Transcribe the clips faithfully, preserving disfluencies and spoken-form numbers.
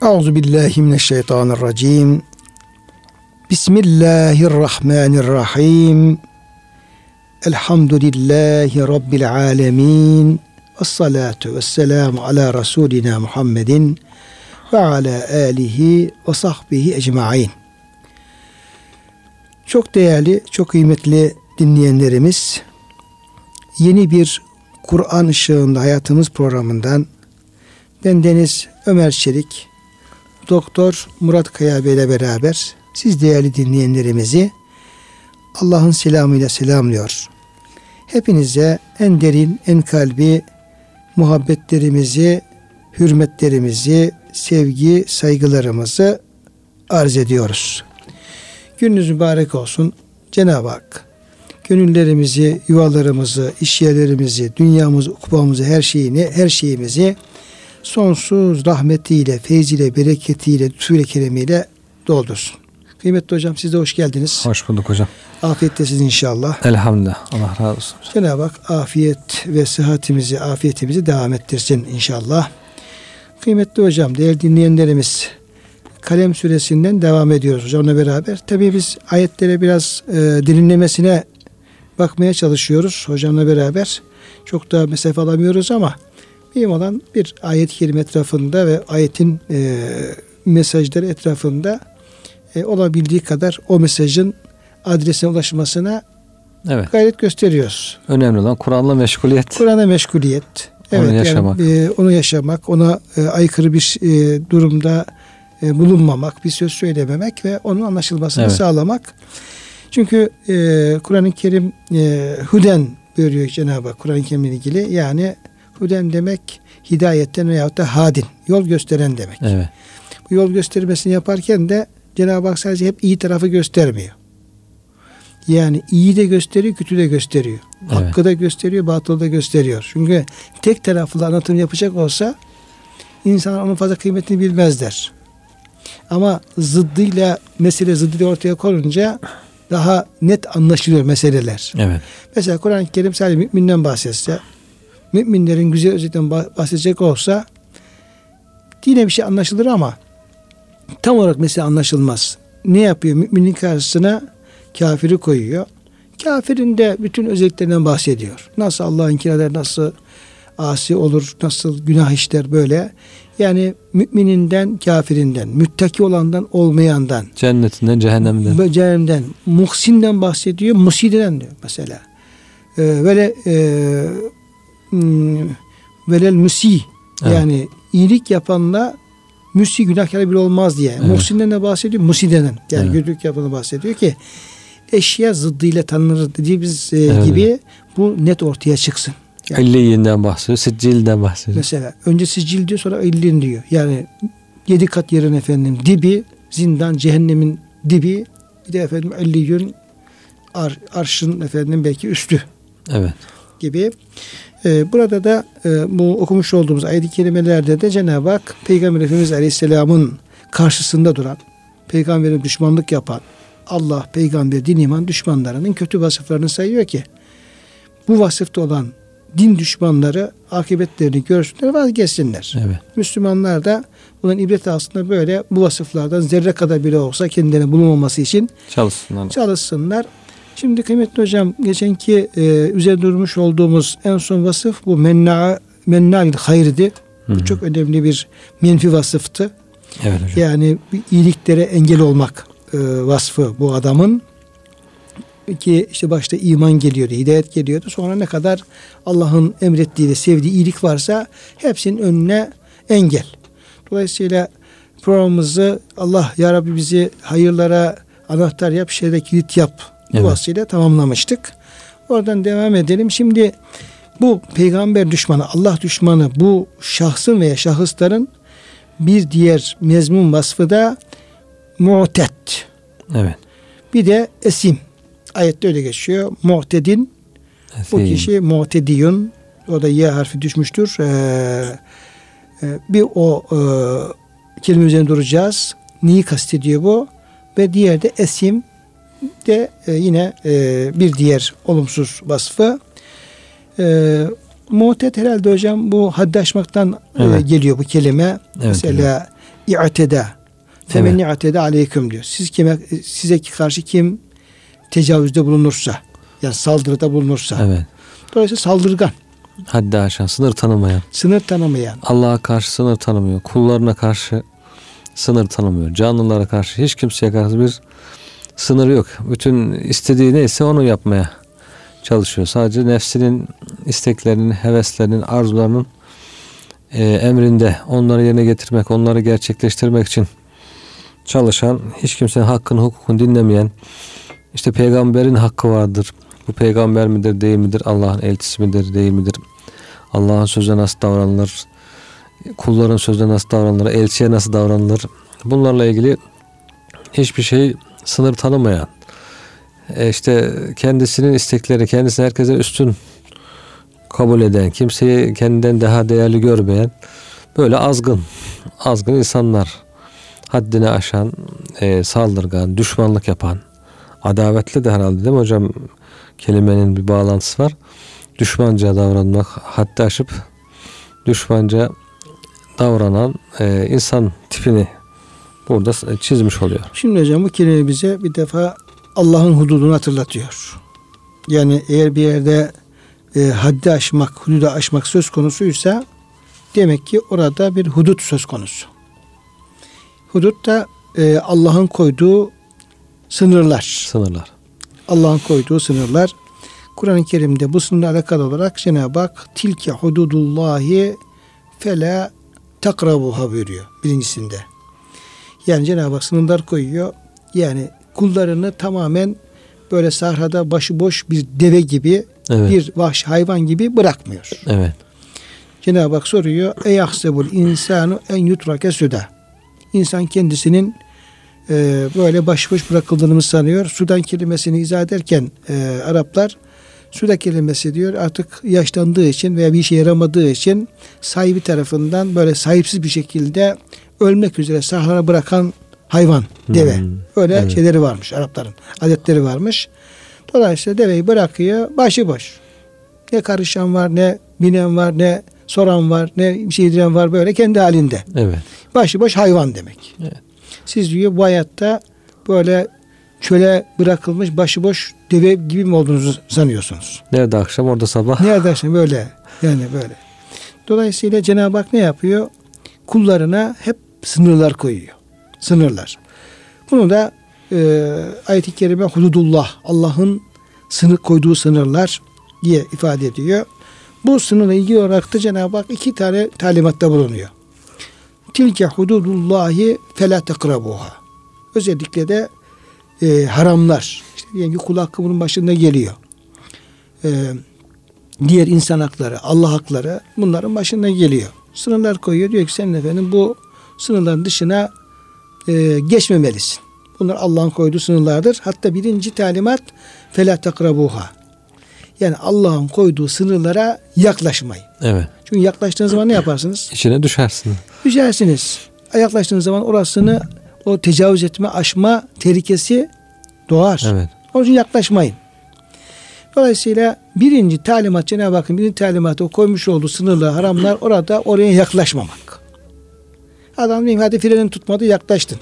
Euzubillahimineşşeytanirracim. Bismillahirrahmanirrahim. Elhamdülillahi Rabbil alemin. Vessalatu vesselamu ala Resulina Muhammedin ve ala alihi ve sahbihi ecmain. Çok değerli, çok kıymetli dinleyenlerimiz, yeni bir Kur'an ışığında hayatımız programından ben Deniz Ömer Çelik, Doktor Murat Kaya Bey ile beraber siz değerli dinleyenlerimizi Allah'ın selamıyla selamlıyor. Hepinize en derin, en kalbi muhabbetlerimizi, hürmetlerimizi, sevgi, saygılarımızı arz ediyoruz. Gününüz mübarek olsun. Cenab-ı Hak gönüllerimizi, yuvalarımızı, işyerlerimizi, dünyamızı, ukbamızı, her şeyini, her şeyimizi sonsuz rahmetiyle, feyziyle, bereketiyle, lütfuyla, keremiyle doldursun. Kıymetli hocam, siz de hoş geldiniz. Hoş bulduk hocam. Afiyettesiniz inşallah. Elhamdülillah. Allah razı olsun. Cenab-ı Hak afiyet ve sıhhatimizi, afiyetimizi devam ettirsin inşallah. Kıymetli hocam, değerli dinleyenlerimiz, Kalem suresinden devam ediyoruz hocamla beraber. Tabii biz ayetlere biraz e, derinlemesine bakmaya çalışıyoruz hocamla beraber. Çok da mesafe alamıyoruz ama mühim olan bir ayet-i kerime etrafında ve ayetin e, mesajları etrafında e, olabildiği kadar o mesajın adresine ulaşmasına evet. gayret gösteriyoruz. Önemli olan Kur'an'la meşguliyet. Kur'an'la meşguliyet. Evet, onu yaşamak. Yani, e, onu yaşamak, ona e, aykırı bir e, durumda e, bulunmamak, bir söz söylememek ve onun anlaşılmasını evet. sağlamak. Çünkü e, Kur'an-ı Kerim e, huden buyuruyor Cenab-ı Hak Kur'an-ı Kerim'le ilgili. Yani huden demek hidayetten veyahut da hadin, yol gösteren demek. Evet. Bu yol göstermesini yaparken de Cenab-ı Hak sadece hep iyi tarafı göstermiyor. Yani iyi de gösteriyor, kötü de gösteriyor. Evet. Hakkı da gösteriyor, batılı da gösteriyor. Çünkü tek taraflı anlatım yapacak olsa insanlar onun fazla kıymetini bilmezler. Ama zıddıyla, mesele zıddıyla ortaya konunca daha net anlaşılıyor meseleler. Evet. Mesela Kur'an-ı Kerim sadece müminden bahsetse, müminlerin güzel özelliklerinden bahsedecek olsa yine bir şey anlaşılır ama tam olarak mesele anlaşılmaz. Ne yapıyor? Müminin karşısına kafiri koyuyor. Kafirin de bütün özelliklerinden bahsediyor. Nasıl Allah'ı inkar eder, nasıl asi olur, nasıl günah işler böyle. Yani mümininden, kafirinden, müttaki olandan, olmayandan, cennetinden, cehennemden, cehennemden, muhsinden bahsediyor, musideden diyor mesela. Ee, böyle e, velel müsi evet. yani iyilik yapanla müsi günahkar bir olmaz diye. Evet. Muhsinden de bahsediyor, musideden. Yani evet. kötülük yapanı bahsediyor ki eşya zıddıyla tanınır dediğimiz e, evet. gibi bu net ortaya çıksın. Yani, illiyinden bahsediyor, siccilden bahsediyor. Mesela önce sicil diyor, sonra illin diyor. Yani yedi kat yerin efendim dibi, zindan, cehennemin dibi, bir de efendim illiyün ar, arşın efendim belki üstü. Evet. Gibi. Ee, burada da e, bu okumuş olduğumuz ayet-i kerimelerde de Cenab-ı Hak Peygamber Efendimiz Aleyhisselam'ın karşısında duran, Peygamber'e düşmanlık yapan, Allah, Peygamber, din, iman düşmanlarının kötü vasıflarını sayıyor ki bu vasıfta olan din düşmanları akıbetlerini görsünler, vazgeçsinler. Evet. Müslümanlar da bunun ibret aslında böyle bu vasıflardan zerre kadar bile olsa kendilerine bulunmaması için çalışsınlar. çalışsınlar. Şimdi kıymetli hocam, geçenki e, üzerinde durmuş olduğumuz en son vasıf bu menna menna'il hayr'di. Bu çok önemli bir menfi vasıftı. Evet hocam. Yani iyiliklere engel olmak e, vasfı bu adamın. Ki işte başta iman geliyordu, hidayet geliyordu. Sonra ne kadar Allah'ın emrettiği ve sevdiği iyilik varsa hepsinin önüne engel. Dolayısıyla programımızı Allah ya Rabbi bizi hayırlara anahtar yap, şerre kilit yap bu evet. vasıyla tamamlamıştık. Oradan devam edelim. Şimdi bu peygamber düşmanı, Allah düşmanı bu şahsın veya şahısların bir diğer mezmun vasfı da mu'tet. Evet. Bir de esim. Ayette öyle geçiyor. Mu'tedin. Esim. Bu kişi mu'tediyun. O da Y harfi düşmüştür. Ee, e, bir o e, kelime üzerine duracağız. Neyi kastediyor bu? Ve diğer de esim de e, yine e, bir diğer olumsuz vasfı. E, mu'ted herhalde hocam bu haddi aşmaktan evet. e, geliyor bu kelime. Evet, mesela i'teda femen i'teda aleyküm diyor. Siz kime, size karşı kim tecavüzde bulunursa, yani saldırıda bulunursa. Evet. Dolayısıyla saldırgan. Haddi aşan, sınır tanımayan. Sınır tanımayan. Allah'a karşı sınır tanımıyor. Kullarına karşı sınır tanımıyor. Canlılara karşı, hiç kimseye karşı bir sınırı yok. Bütün istediği neyse onu yapmaya çalışıyor. Sadece nefsinin isteklerinin, heveslerinin, arzularının e, emrinde onları yerine getirmek, onları gerçekleştirmek için çalışan, hiç kimsenin hakkını, hukukunu dinlemeyen, işte peygamberin hakkı vardır. Bu peygamber midir, değil midir? Allah'ın elçisi midir, değil midir? Allah'ın sözüne nasıl davranılır? Kulların sözüne nasıl davranılır? Elçiye nasıl davranılır? Bunlarla ilgili hiçbir şey sınır tanımayan, e işte kendisinin istekleri, kendisini herkese üstün kabul eden, kimseyi kendinden daha değerli görmeyen böyle azgın, azgın insanlar, haddini aşan, e, saldırgan, düşmanlık yapan, adavetli de herhalde değil mi hocam? Kelimenin bir bağlantısı var. Düşmanca davranmak, haddi aşıp düşmanca davranan e, insan tipini burada çizmiş oluyor. Şimdi hocam bu kelime bize bir defa Allah'ın hududunu hatırlatıyor. Yani eğer bir yerde e, haddi aşmak, hududu aşmak söz konusuysa demek ki orada bir hudut söz konusu. Hudut da e, Allah'ın koyduğu sınırlar. Sınırlar. Allah'ın koyduğu sınırlar. Kur'an-ı Kerim'de bu sınırla alakalı olarak Cenab-ı Hak tilke hududullahi fela takrabuha buyuruyor birincisinde. Yani Cenab-ı Hak sınırlar koyuyor. Yani kullarını tamamen böyle sahrada başıboş bir deve gibi, evet, bir vahşi hayvan gibi bırakmıyor. Evet. Cenab-ı Hak soruyor. Eyahsebul insanu en yutrake suda. İnsan kendisinin e, böyle başıboş bırakıldığını mı sanıyor? Sudan kelimesini izah ederken e, Araplar suda kelimesi diyor artık yaşlandığı için veya bir işe yaramadığı için sahibi tarafından böyle sahipsiz bir şekilde ölmek üzere sahraya bırakan hayvan, deve. Hmm, öyle evet, şeyleri varmış Arapların. Adetleri varmış. Dolayısıyla deveyi bırakıyor başıboş. Ne karışan var, ne binen var, ne soran var, ne bir şey diyen var, böyle kendi halinde. Evet. Başıboş hayvan demek. Evet. Siz diyor bu hayatta böyle çöle bırakılmış başıboş deve gibi mi olduğunuzu sanıyorsunuz? Nerede akşam orada sabah. Nerede akşam böyle. Yani böyle. Dolayısıyla Cenab-ı Hak ne yapıyor? Kullarına hep sınırlar koyuyor. Sınırlar. Bunu da e, ayet-i kerime hududullah, Allah'ın sınır koyduğu sınırlar diye ifade ediyor. Bu sınırla ilgili olarak da Cenab-ı Hak iki tane talimatta bulunuyor. Tilke hududullahi fela takrabuha. Özellikle de e, haramlar. İşte yani kul hakkı bunun başında geliyor. E, diğer insan hakları, Allah hakları bunların başında geliyor. Sınırlar koyuyor. Diyor ki senin efendim bu sınırların dışına e, geçmemelisin. Bunlar Allah'ın koyduğu sınırlardır. Hatta birinci talimat fela takrabuha. Yani Allah'ın koyduğu sınırlara yaklaşmayın. Evet. Çünkü yaklaştığınız zaman ne yaparsınız? İçine düşersiniz. Düşersiniz. Yaklaştığınız zaman orasını o tecavüz etme, aşma tehlikesi doğar. Evet. Onun için yaklaşmayın. Dolayısıyla birinci talimat Cenab-ı Hakk'ın birinci talimatı o koymuş olduğu sınırlar, haramlar orada oraya yaklaşmamak. Adam diyeyim hadi frenin tutmadı yaklaştın.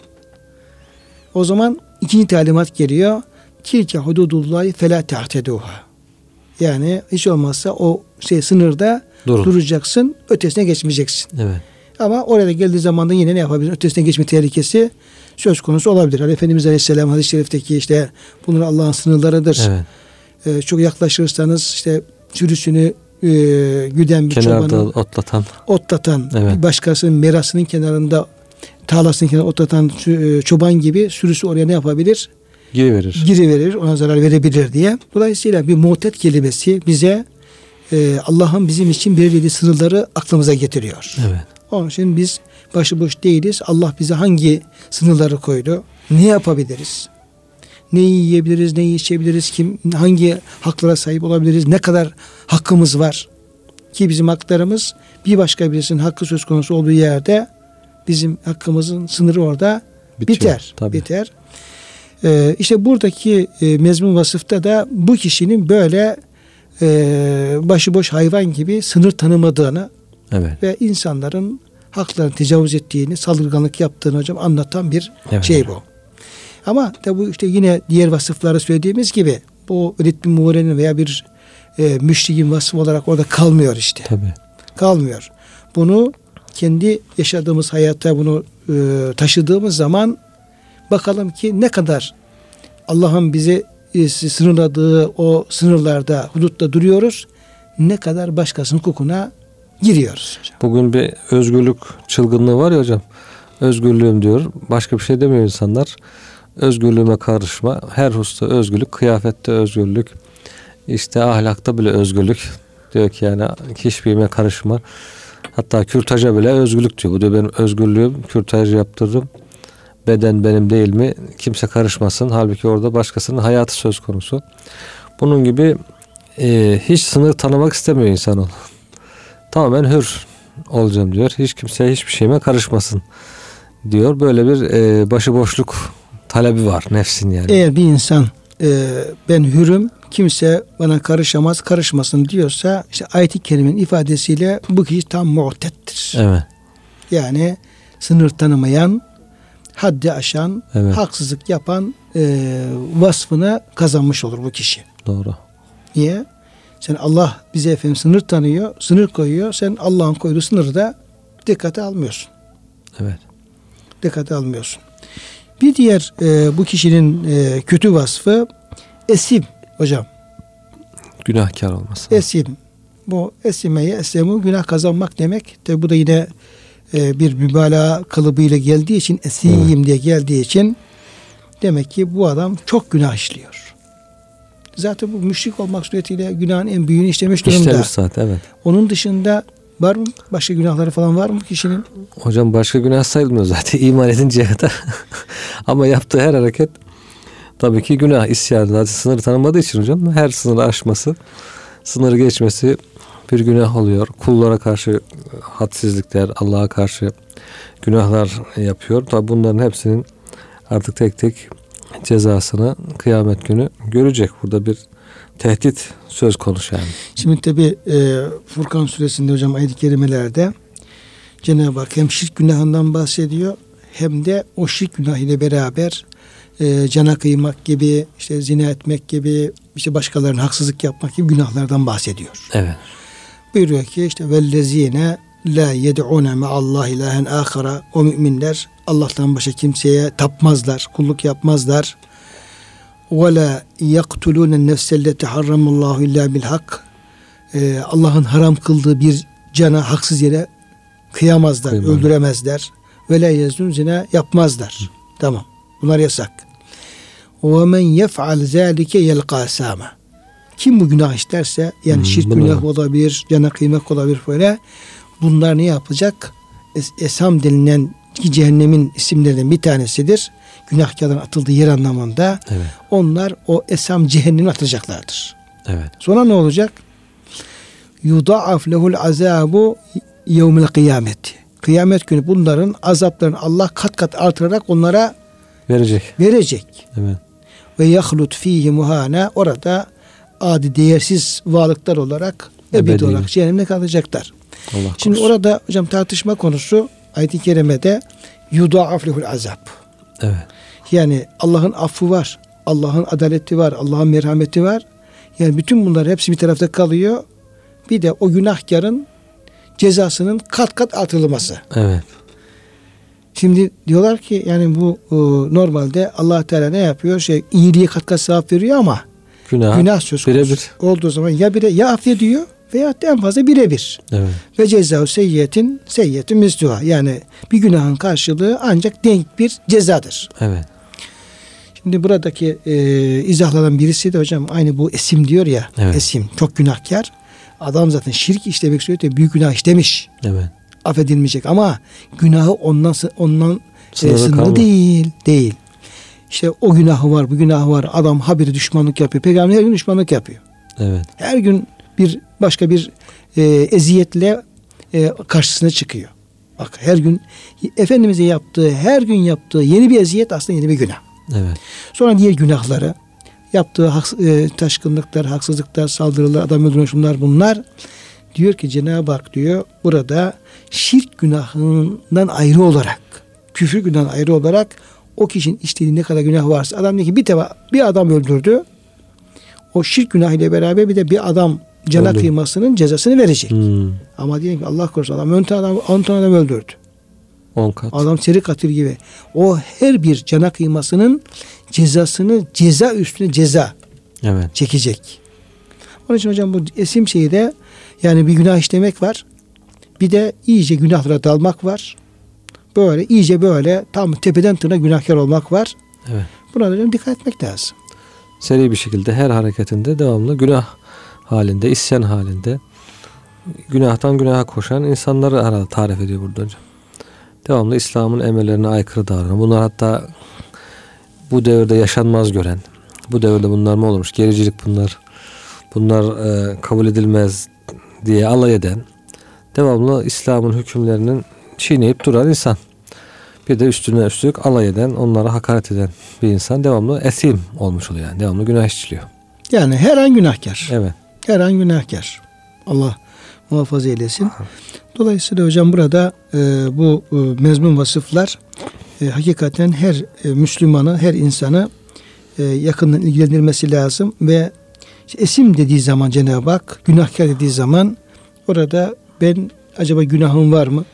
O zaman ikinci talimat geliyor. Tilke hududullahi fela ta'teduha. Yani hiç olmazsa o şey sınırda Durun. duracaksın, ötesine geçmeyeceksin. Evet. Ama oraya geldiği zaman da yine ne yapabilirsin? Ötesine geçme tehlikesi söz konusu olabilir. Hani Efendimiz Aleyhisselam hadis-i şerifteki işte bunlar Allah'ın sınırlarıdır. Evet. Ee, çok yaklaşırsanız işte sürüsünü e, güden bir kenarda çobanı otlatan, otlatan evet, bir başkasının merasının kenarında tarlasının kenarında otlatan çoban gibi sürüsü oraya ne yapabilir? Giri verir. Giri verir, ona zarar verebilir diye. Dolayısıyla bir muhtet kelimesi bize e, Allah'ın bizim için belirlediği sınırları aklımıza getiriyor. Evet. Onun için biz başıboş değiliz. Allah bize hangi sınırları koydu? Ne yapabiliriz? Neyi yiyebiliriz, neyi içebiliriz? Kim, hangi haklara sahip olabiliriz? Ne kadar hakkımız var? Ki bizim haklarımız bir başka birisinin hakkı söz konusu olduğu yerde bizim hakkımızın sınırı orada Bitiyor, biter. Tabii. Biter. Ee, işte buradaki e, mezmun vasıfta da bu kişinin böyle e, başıboş hayvan gibi sınır tanımadığını, evet, ve insanların haklarını tecavüz ettiğini, saldırganlık yaptığını hocam anlatan bir evet. şey bu. Ama tabi bu işte yine diğer vasıfları söylediğimiz gibi bu Velid bin Muğire'nin veya bir e, müşrikin vasfı olarak orada kalmıyor işte. Tabii. Kalmıyor. Bunu kendi yaşadığımız hayata bunu e, taşıdığımız zaman bakalım ki ne kadar Allah'ın bize e, sınırladığı o sınırlarda, hudutta duruyoruz. Ne kadar başkasının hukukuna giriyoruz hocam. Bugün bir özgürlük çılgınlığı var ya hocam. Özgürlüğüm diyor. Başka bir şey demiyor insanlar. Özgürlüğüme karışma. Her hususta özgürlük. Kıyafette özgürlük. İşte ahlakta bile özgürlük. Diyor ki yani hiçbirime karışma. Hatta kürtaja bile özgürlük diyor. Bu diyor benim özgürlüğüm. Kürtaj yaptırdım. Beden benim değil mi? Kimse karışmasın. Halbuki orada başkasının hayatı söz konusu. Bunun gibi e, hiç sınır tanımak istemiyor insan onu. Tamamen hür olacağım diyor. Hiç kimse hiçbir şeyime karışmasın diyor. Böyle bir e, başıboşluk talebi var nefsin yani. Eğer bir insan e, ben hürüm, kimse bana karışamaz, karışmasın diyorsa işte ayet-i kerimenin ifadesiyle bu kişi tam mu'tettir. Evet. Yani sınır tanımayan, haddi aşan, evet. haksızlık yapan e, vasfını kazanmış olur bu kişi. Doğru. Niye? Sen Allah bize efendim sınır tanıyor, sınır koyuyor. Sen Allah'ın koyduğu sınırı da dikkate almıyorsun. Evet. Dikkate almıyorsun. Bir diğer e, bu kişinin e, kötü vasfı esim hocam. Günahkar olması. Esim. Bu esimeye esemu günah kazanmak demek. Tabi bu da yine e, bir mübalağa kalıbıyla geldiği için esiyim evet. diye geldiği için demek ki bu adam çok günah işliyor. Zaten bu müşrik olmak suretiyle günahın en büyüğünü işlemiş durumda. İşlemiş zaten evet. Onun dışında var mı? Başka günahları falan var mı kişinin? Hocam başka günah sayılmıyor zaten iman edinceye kadar. Ama yaptığı her hareket tabii ki günah, isyan. Zaten sınırı tanımadığı için hocam her sınırı aşması, sınırı geçmesi bir günah oluyor. Kullara karşı hadsizlikler, Allah'a karşı günahlar yapıyor. Tabii bunların hepsinin artık tek tek cezasını kıyamet günü görecek. Burada bir tehdit söz konusu yani. Şimdi tabi e, Furkan suresinde hocam ayet-i kerimelerde Cenab-ı Hak hem şirk günahından bahsediyor hem de o şirk günah ile beraber e, cana kıymak gibi, işte zina etmek gibi, işte başkalarına haksızlık yapmak gibi günahlardan bahsediyor. Evet. Buyuruyor ki işte vellezine la yed'une ma'allah ilahen ahara, o müminler Allah'tan başka kimseye tapmazlar, kulluk yapmazlar. Ve la yaktulûnen nefselleti harramullahu illa bil hak. Allah'ın haram kıldığı bir cana haksız yere kıyamazlar, Kıyım. öldüremezler. Ve la yeznun, zina yapmazlar. Hı. Tamam. Bunlar yasak. Ve men yef'al zâlike yelqâ asâma. Kim bu günah işlerse, yani hmm, şirk günah olabilir, cana kıymak olabilir böyle. Bunlar ne yapacak? Es- Esam denilen ki cehennemin isimlerinden bir tanesidir. Günahkarların atıldığı yer anlamında. Evet. Onlar o esam cehenneme atılacaklardır. Evet. Sonra ne olacak? Yudaaf lehul azabu yevmil kıyameti. Kıyamet günü bunların azaplarını Allah kat kat artırarak onlara verecek. Verecek. Evet. Ve yahlut fihi muhana, orada adi değersiz varlıklar olarak ebedi, ebedi olarak cehennemde kalacaklar. Allah Şimdi korusun. Orada hocam tartışma konusu ayet-i kerimede yudaaf lehul azab. Evet. Yani Allah'ın affı var, Allah'ın adaleti var, Allah'ın merhameti var. Yani bütün bunlar hepsi bir tarafta kalıyor. Bir de o günahkarın cezasının kat kat artırılması. Evet. Şimdi diyorlar ki yani bu e, normalde Allah Teala ne yapıyor? Şey iyiliğe kat kat sevap veriyor ama günah, günah söz konusu birebir olduğu zaman ya bire ya affediyor veya en fazla birebir. Evet. Ve ceza seyyiyetin seyyiyetin misluha. Yani bir günahın karşılığı ancak denk bir cezadır. Evet. Şimdi buradaki e, izahlardan birisi de hocam aynı bu esim diyor ya. Evet. Esim çok günahkar. Adam zaten şirk işlemek suretiyle büyük günah işlemiş. Evet. Affedilmeyecek ama günahı ondan ondan sınırlı, e, sınırlı değil, değil. İşte o günahı var, bu günahı var. Adam habire düşmanlık yapıyor. Peygamber her gün düşmanlık yapıyor. Evet. Her gün bir başka bir e, eziyetle e, karşısına çıkıyor. Bak her gün Efendimiz'e yaptığı, her gün yaptığı yeni bir eziyet aslında yeni bir günah. Evet. Sonra diğer günahları, yaptığı haks, e, taşkınlıklar, haksızlıklar, saldırılar, adam öldürme, şunlar bunlar Diyor ki Cenab-ı Hak diyor burada şirk günahından ayrı olarak, küfür günahından ayrı olarak o kişinin işlediği ne kadar günah varsa, adam diyor ki bir teva, bir adam öldürdü. O şirk günahıyla beraber bir de bir adam cana Öldü. kıymasının cezasını verecek. Hmm. Ama diyelim ki Allah korusun adam on tane adam, on tane adam öldürdü. On kat. Adam seri katil gibi. O her bir cana kıymasının cezasını ceza üstüne ceza Evet. çekecek. Onun için hocam bu esim şeyi de yani bir günah işlemek var. Bir de iyice günahlara dalmak var. Böyle iyice böyle tam tepeden tırnağa günahkar olmak var. Evet. Buna da dikkat etmek lazım. Seri bir şekilde her hareketinde devamlı günah halinde, isyan halinde, günahtan günaha koşan insanları herhalde tarif ediyor burada hocam. Devamlı İslam'ın emirlerine aykırı davranan. Bunlar hatta bu devirde yaşanmaz gören. Bu devirde bunlar mı olurmuş? Gericilik bunlar. Bunlar e, kabul edilmez diye alay eden. Devamlı İslam'ın hükümlerinin çiğneyip duran insan. Bir de üstüne üstlük alay eden, onlara hakaret eden bir insan devamlı esim olmuş oluyor yani. Devamlı günah işliyor. Yani her an günahkar. Evet. Her an günahkar. Allah muhafaza eylesin. Dolayısıyla hocam burada e, bu e, mezmun vasıflar e, hakikaten her e, Müslümanı, her insanı e, yakından ilgilendirmesi lazım ve işte esim dediği zaman Cenab-ı Hak, günahkar dediği zaman orada ben acaba günahım var mı?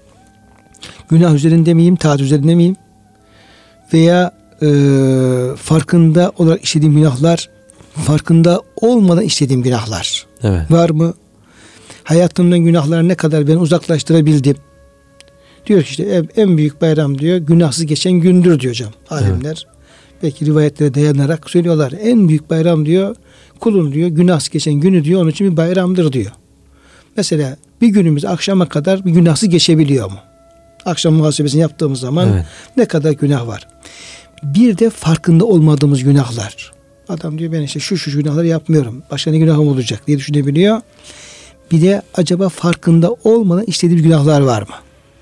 Günah üzerinde miyim, taat üzerinde miyim? Veya e, farkında olarak işlediğim günahlar, farkında olmadan işlediğim günahlar Evet. var mı? Hayatımdan günahları ne kadar ben uzaklaştırabildim? Diyor ki işte en büyük bayram diyor günahsız geçen gündür diyor hocam. Alimler evet. Belki rivayetlere dayanarak söylüyorlar. En büyük bayram diyor kulun diyor günahsız geçen günü diyor onun için bir bayramdır diyor. Mesela bir günümüz akşama kadar bir günahsız geçebiliyor mu? Akşam muhasebesini yaptığımız zaman evet. Ne kadar günah var? Bir de farkında olmadığımız günahlar. Adam diyor ben işte şu şu günahları yapmıyorum. Başka ne günahım olacak diye düşünebiliyor. Bir de acaba farkında olmadan işlediği günahlar var mı?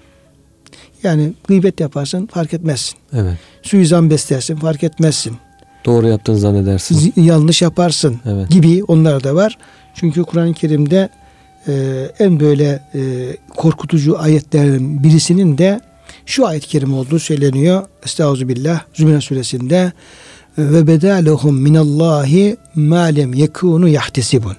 Yani gıybet yaparsın fark etmezsin. Evet. Suizan beslersin fark etmezsin. Doğru yaptığını zannedersin. Z- yanlış yaparsın evet. Gibi onlar da var. Çünkü Kur'an-ı Kerim'de e, en böyle e, korkutucu ayetlerin birisinin de şu ayet-i kerime olduğu söyleniyor. Estağfirullah Zümer suresinde ve bedalehum minallahi ma lem yekunu yahtesibun.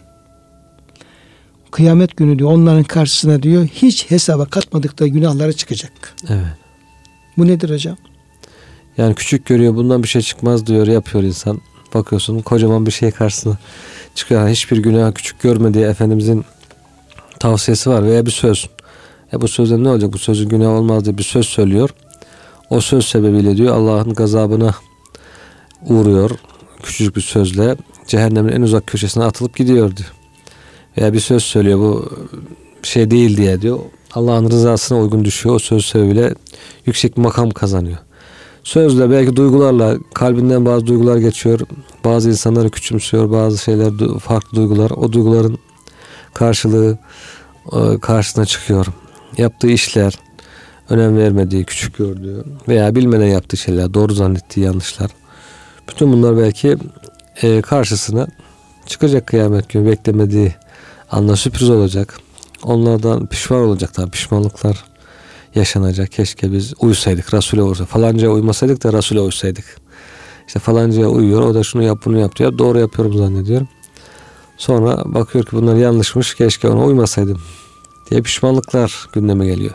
Kıyamet günü diyor onların karşısına diyor hiç hesaba katmadıkları günahları çıkacak. Evet. Bu nedir hocam? Yani küçük görüyor bundan bir şey çıkmaz diyor yapıyor insan. Bakıyorsun kocaman bir şey karşısına çıkıyor. Yani hiçbir günah küçük görme diye Efendimizin tavsiyesi var veya bir söz. E bu sözden ne olacak? Bu sözün günah olmaz diye bir söz söylüyor. O söz sebebiyle diyor Allah'ın gazabına uğruyor. Küçücük bir sözle cehennemin en uzak köşesine atılıp gidiyor diyor. Veya bir söz söylüyor bu şey değil diye diyor. Allah'ın rızasına uygun düşüyor. O söz sebebiyle yüksek bir makam kazanıyor. Sözle belki duygularla kalbinden bazı duygular geçiyor. Bazı insanları küçümsüyor. Bazı şeyler farklı duygular. O duyguların karşılığı karşısına çıkıyor. Yaptığı işler, önem vermediği, küçük gördüğü veya bilmeden yaptığı şeyler, doğru zannettiği yanlışlar. Bütün bunlar belki karşısına çıkacak kıyamet günü beklemediği anda sürpriz olacak. Onlardan pişman olacak tabii. Pişmanlıklar yaşanacak. Keşke biz uysaydık. Resul'e uysaydık. Falancaya uymasaydık da Resul'e uysaydık. İşte falancaya uyuyor. O da şunu yap bunu yap diyor. Doğru yapıyorum zannediyorum. Sonra bakıyor ki bunlar yanlışmış. Keşke ona uymasaydım diye pişmanlıklar gündeme geliyor.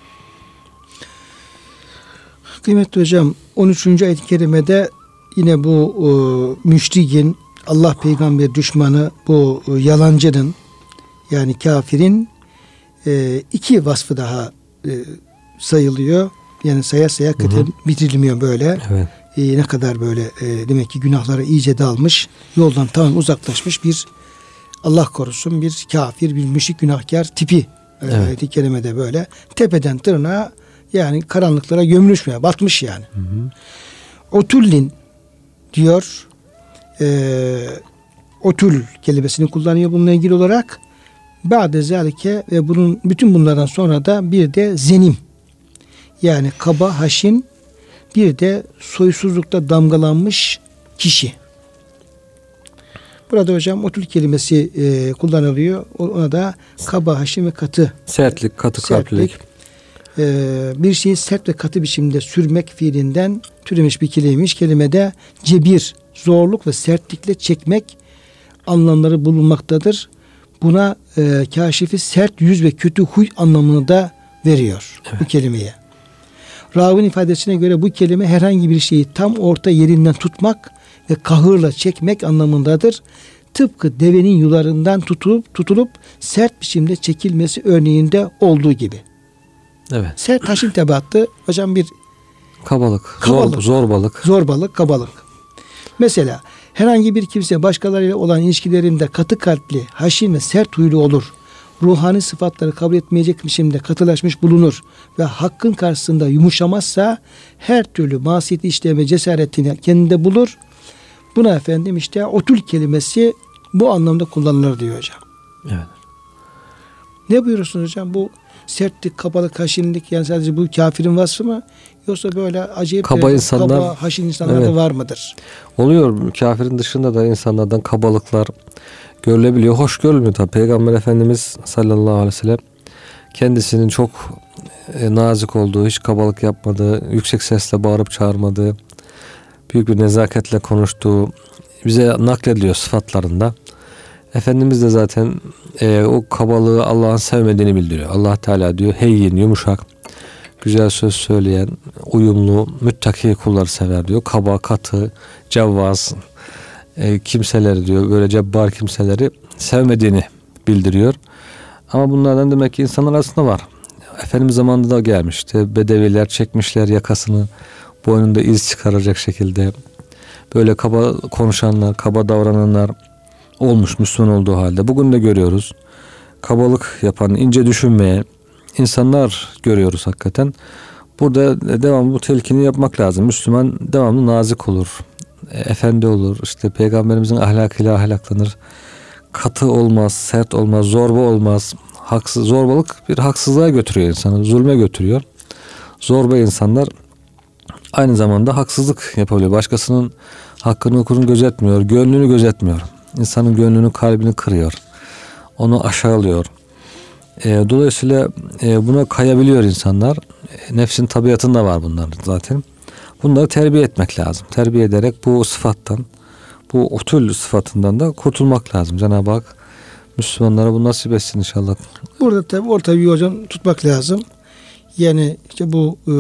Kıymetli hocam on üçüncü ayet-i kerimede yine bu e, müşrikin Allah peygamber düşmanı bu e, yalancının yani kafirin e, iki vasfı daha e, sayılıyor. Yani saya saya hakikaten bitirilmiyor böyle. Evet. E, ne kadar böyle e, demek ki günahlara iyice dalmış, yoldan tam uzaklaşmış bir Allah korusun bir kafir, bir müşrik günahkar tipi. Evet. Ayet-i kerimede böyle tepeden tırnağa yani karanlıklara gömülmüş, batmış yani. Hı hı. Otullin diyor. E, otul kelimesini kullanıyor bununla ilgili olarak. Ba'de zalike ve bunun bütün bunlardan sonra da bir de zenim. Yani kaba, haşin, bir de soysuzlukta damgalanmış kişi. Burada hocam otul kelimesi e, kullanılıyor. Ona da kaba, haşin ve katı. Sertlik, katı kalplilik. E, bir şeyi sert ve katı biçimde sürmek fiilinden türemiş bir kelimeymiş. Kelimede cebir, zorluk ve sertlikle çekmek anlamları bulunmaktadır. Buna e, kâşifi sert yüz ve kötü huy anlamını da veriyor, evet, bu kelimeye. Rav'ın ifadesine göre bu kelime herhangi bir şeyi tam orta yerinden tutmak ve kahırla çekmek anlamındadır. Tıpkı devenin yularından tutulup tutulup sert biçimde çekilmesi örneğinde olduğu gibi. Evet. Sert, haşin tebaatlı hocam bir kabalık, kabalık, zor, zorbalık. Zorbalık, kabalık. Mesela herhangi bir kimse başkalarıyla olan ilişkilerinde katı kalpli, haşin ve sert huylu olur. Ruhani sıfatları kabul etmeyecek biçimde katılaşmış bulunur ve hakkın karşısında yumuşamazsa her türlü masiyeti işleme cesaretini kendinde bulur. Buna efendim işte otul kelimesi bu anlamda kullanılır diyor hocam. Evet. Ne buyurursunuz hocam? Bu sertlik, kabalık, haşinlik yani sadece bu kafirin vasfı mı? Yoksa böyle acayip kaba de, insanlar, kaba, haşin insanlar evet, da var mıdır? Oluyor. Kafirin dışında da insanlardan kabalıklar görülebiliyor. Hoş görülmüyor tabi. Peygamber Efendimiz sallallahu aleyhi ve sellem kendisinin çok e, nazik olduğu, hiç kabalık yapmadığı, yüksek sesle bağırıp çağırmadığı, büyük bir nezaketle konuştuğu bize naklediliyor sıfatlarında. Efendimiz de zaten e, o kabalığı Allah'ın sevmediğini bildiriyor. Allah Teala diyor heyyin, yumuşak, güzel söz söyleyen, uyumlu, müttaki kulları sever diyor. Kaba, katı, cevvaz e, kimseleri diyor, böyle cebbar kimseleri sevmediğini bildiriyor. Ama bunlardan demek ki insanlar arasında var. Efendimiz zamanında da gelmişti. Bedeviler çekmişler yakasını, boynunda iz çıkaracak şekilde. Böyle kaba konuşanlar, kaba davrananlar olmuş Müslüman olduğu halde. Bugün de görüyoruz. Kabalık yapan, ince düşünmeye insanlar görüyoruz hakikaten. Burada devamlı bu telkini yapmak lazım. Müslüman devamlı nazik olur. Efendi olur. İşte Peygamberimizin ahlakıyla ahlaklanır. Katı olmaz, sert olmaz, zorba olmaz. Haksız, zorbalık bir haksızlığa götürüyor insanı, zulme götürüyor. Zorba insanlar aynı zamanda haksızlık yapabiliyor. Başkasının hakkını, hukukunu gözetmiyor, gönlünü gözetmiyor. İnsanın gönlünü, kalbini kırıyor. Onu aşağılıyor. E, dolayısıyla e, buna kayabiliyor insanlar. E, nefsin tabiatında var bunlar zaten. Bunları terbiye etmek lazım. Terbiye ederek bu sıfattan, bu otul sıfatından da kurtulmak lazım. Cenab-ı Hak Müslümanlara bu nasip etsin inşallah. Burada tabi orta bir hocam tutmak lazım. Yani işte bu e,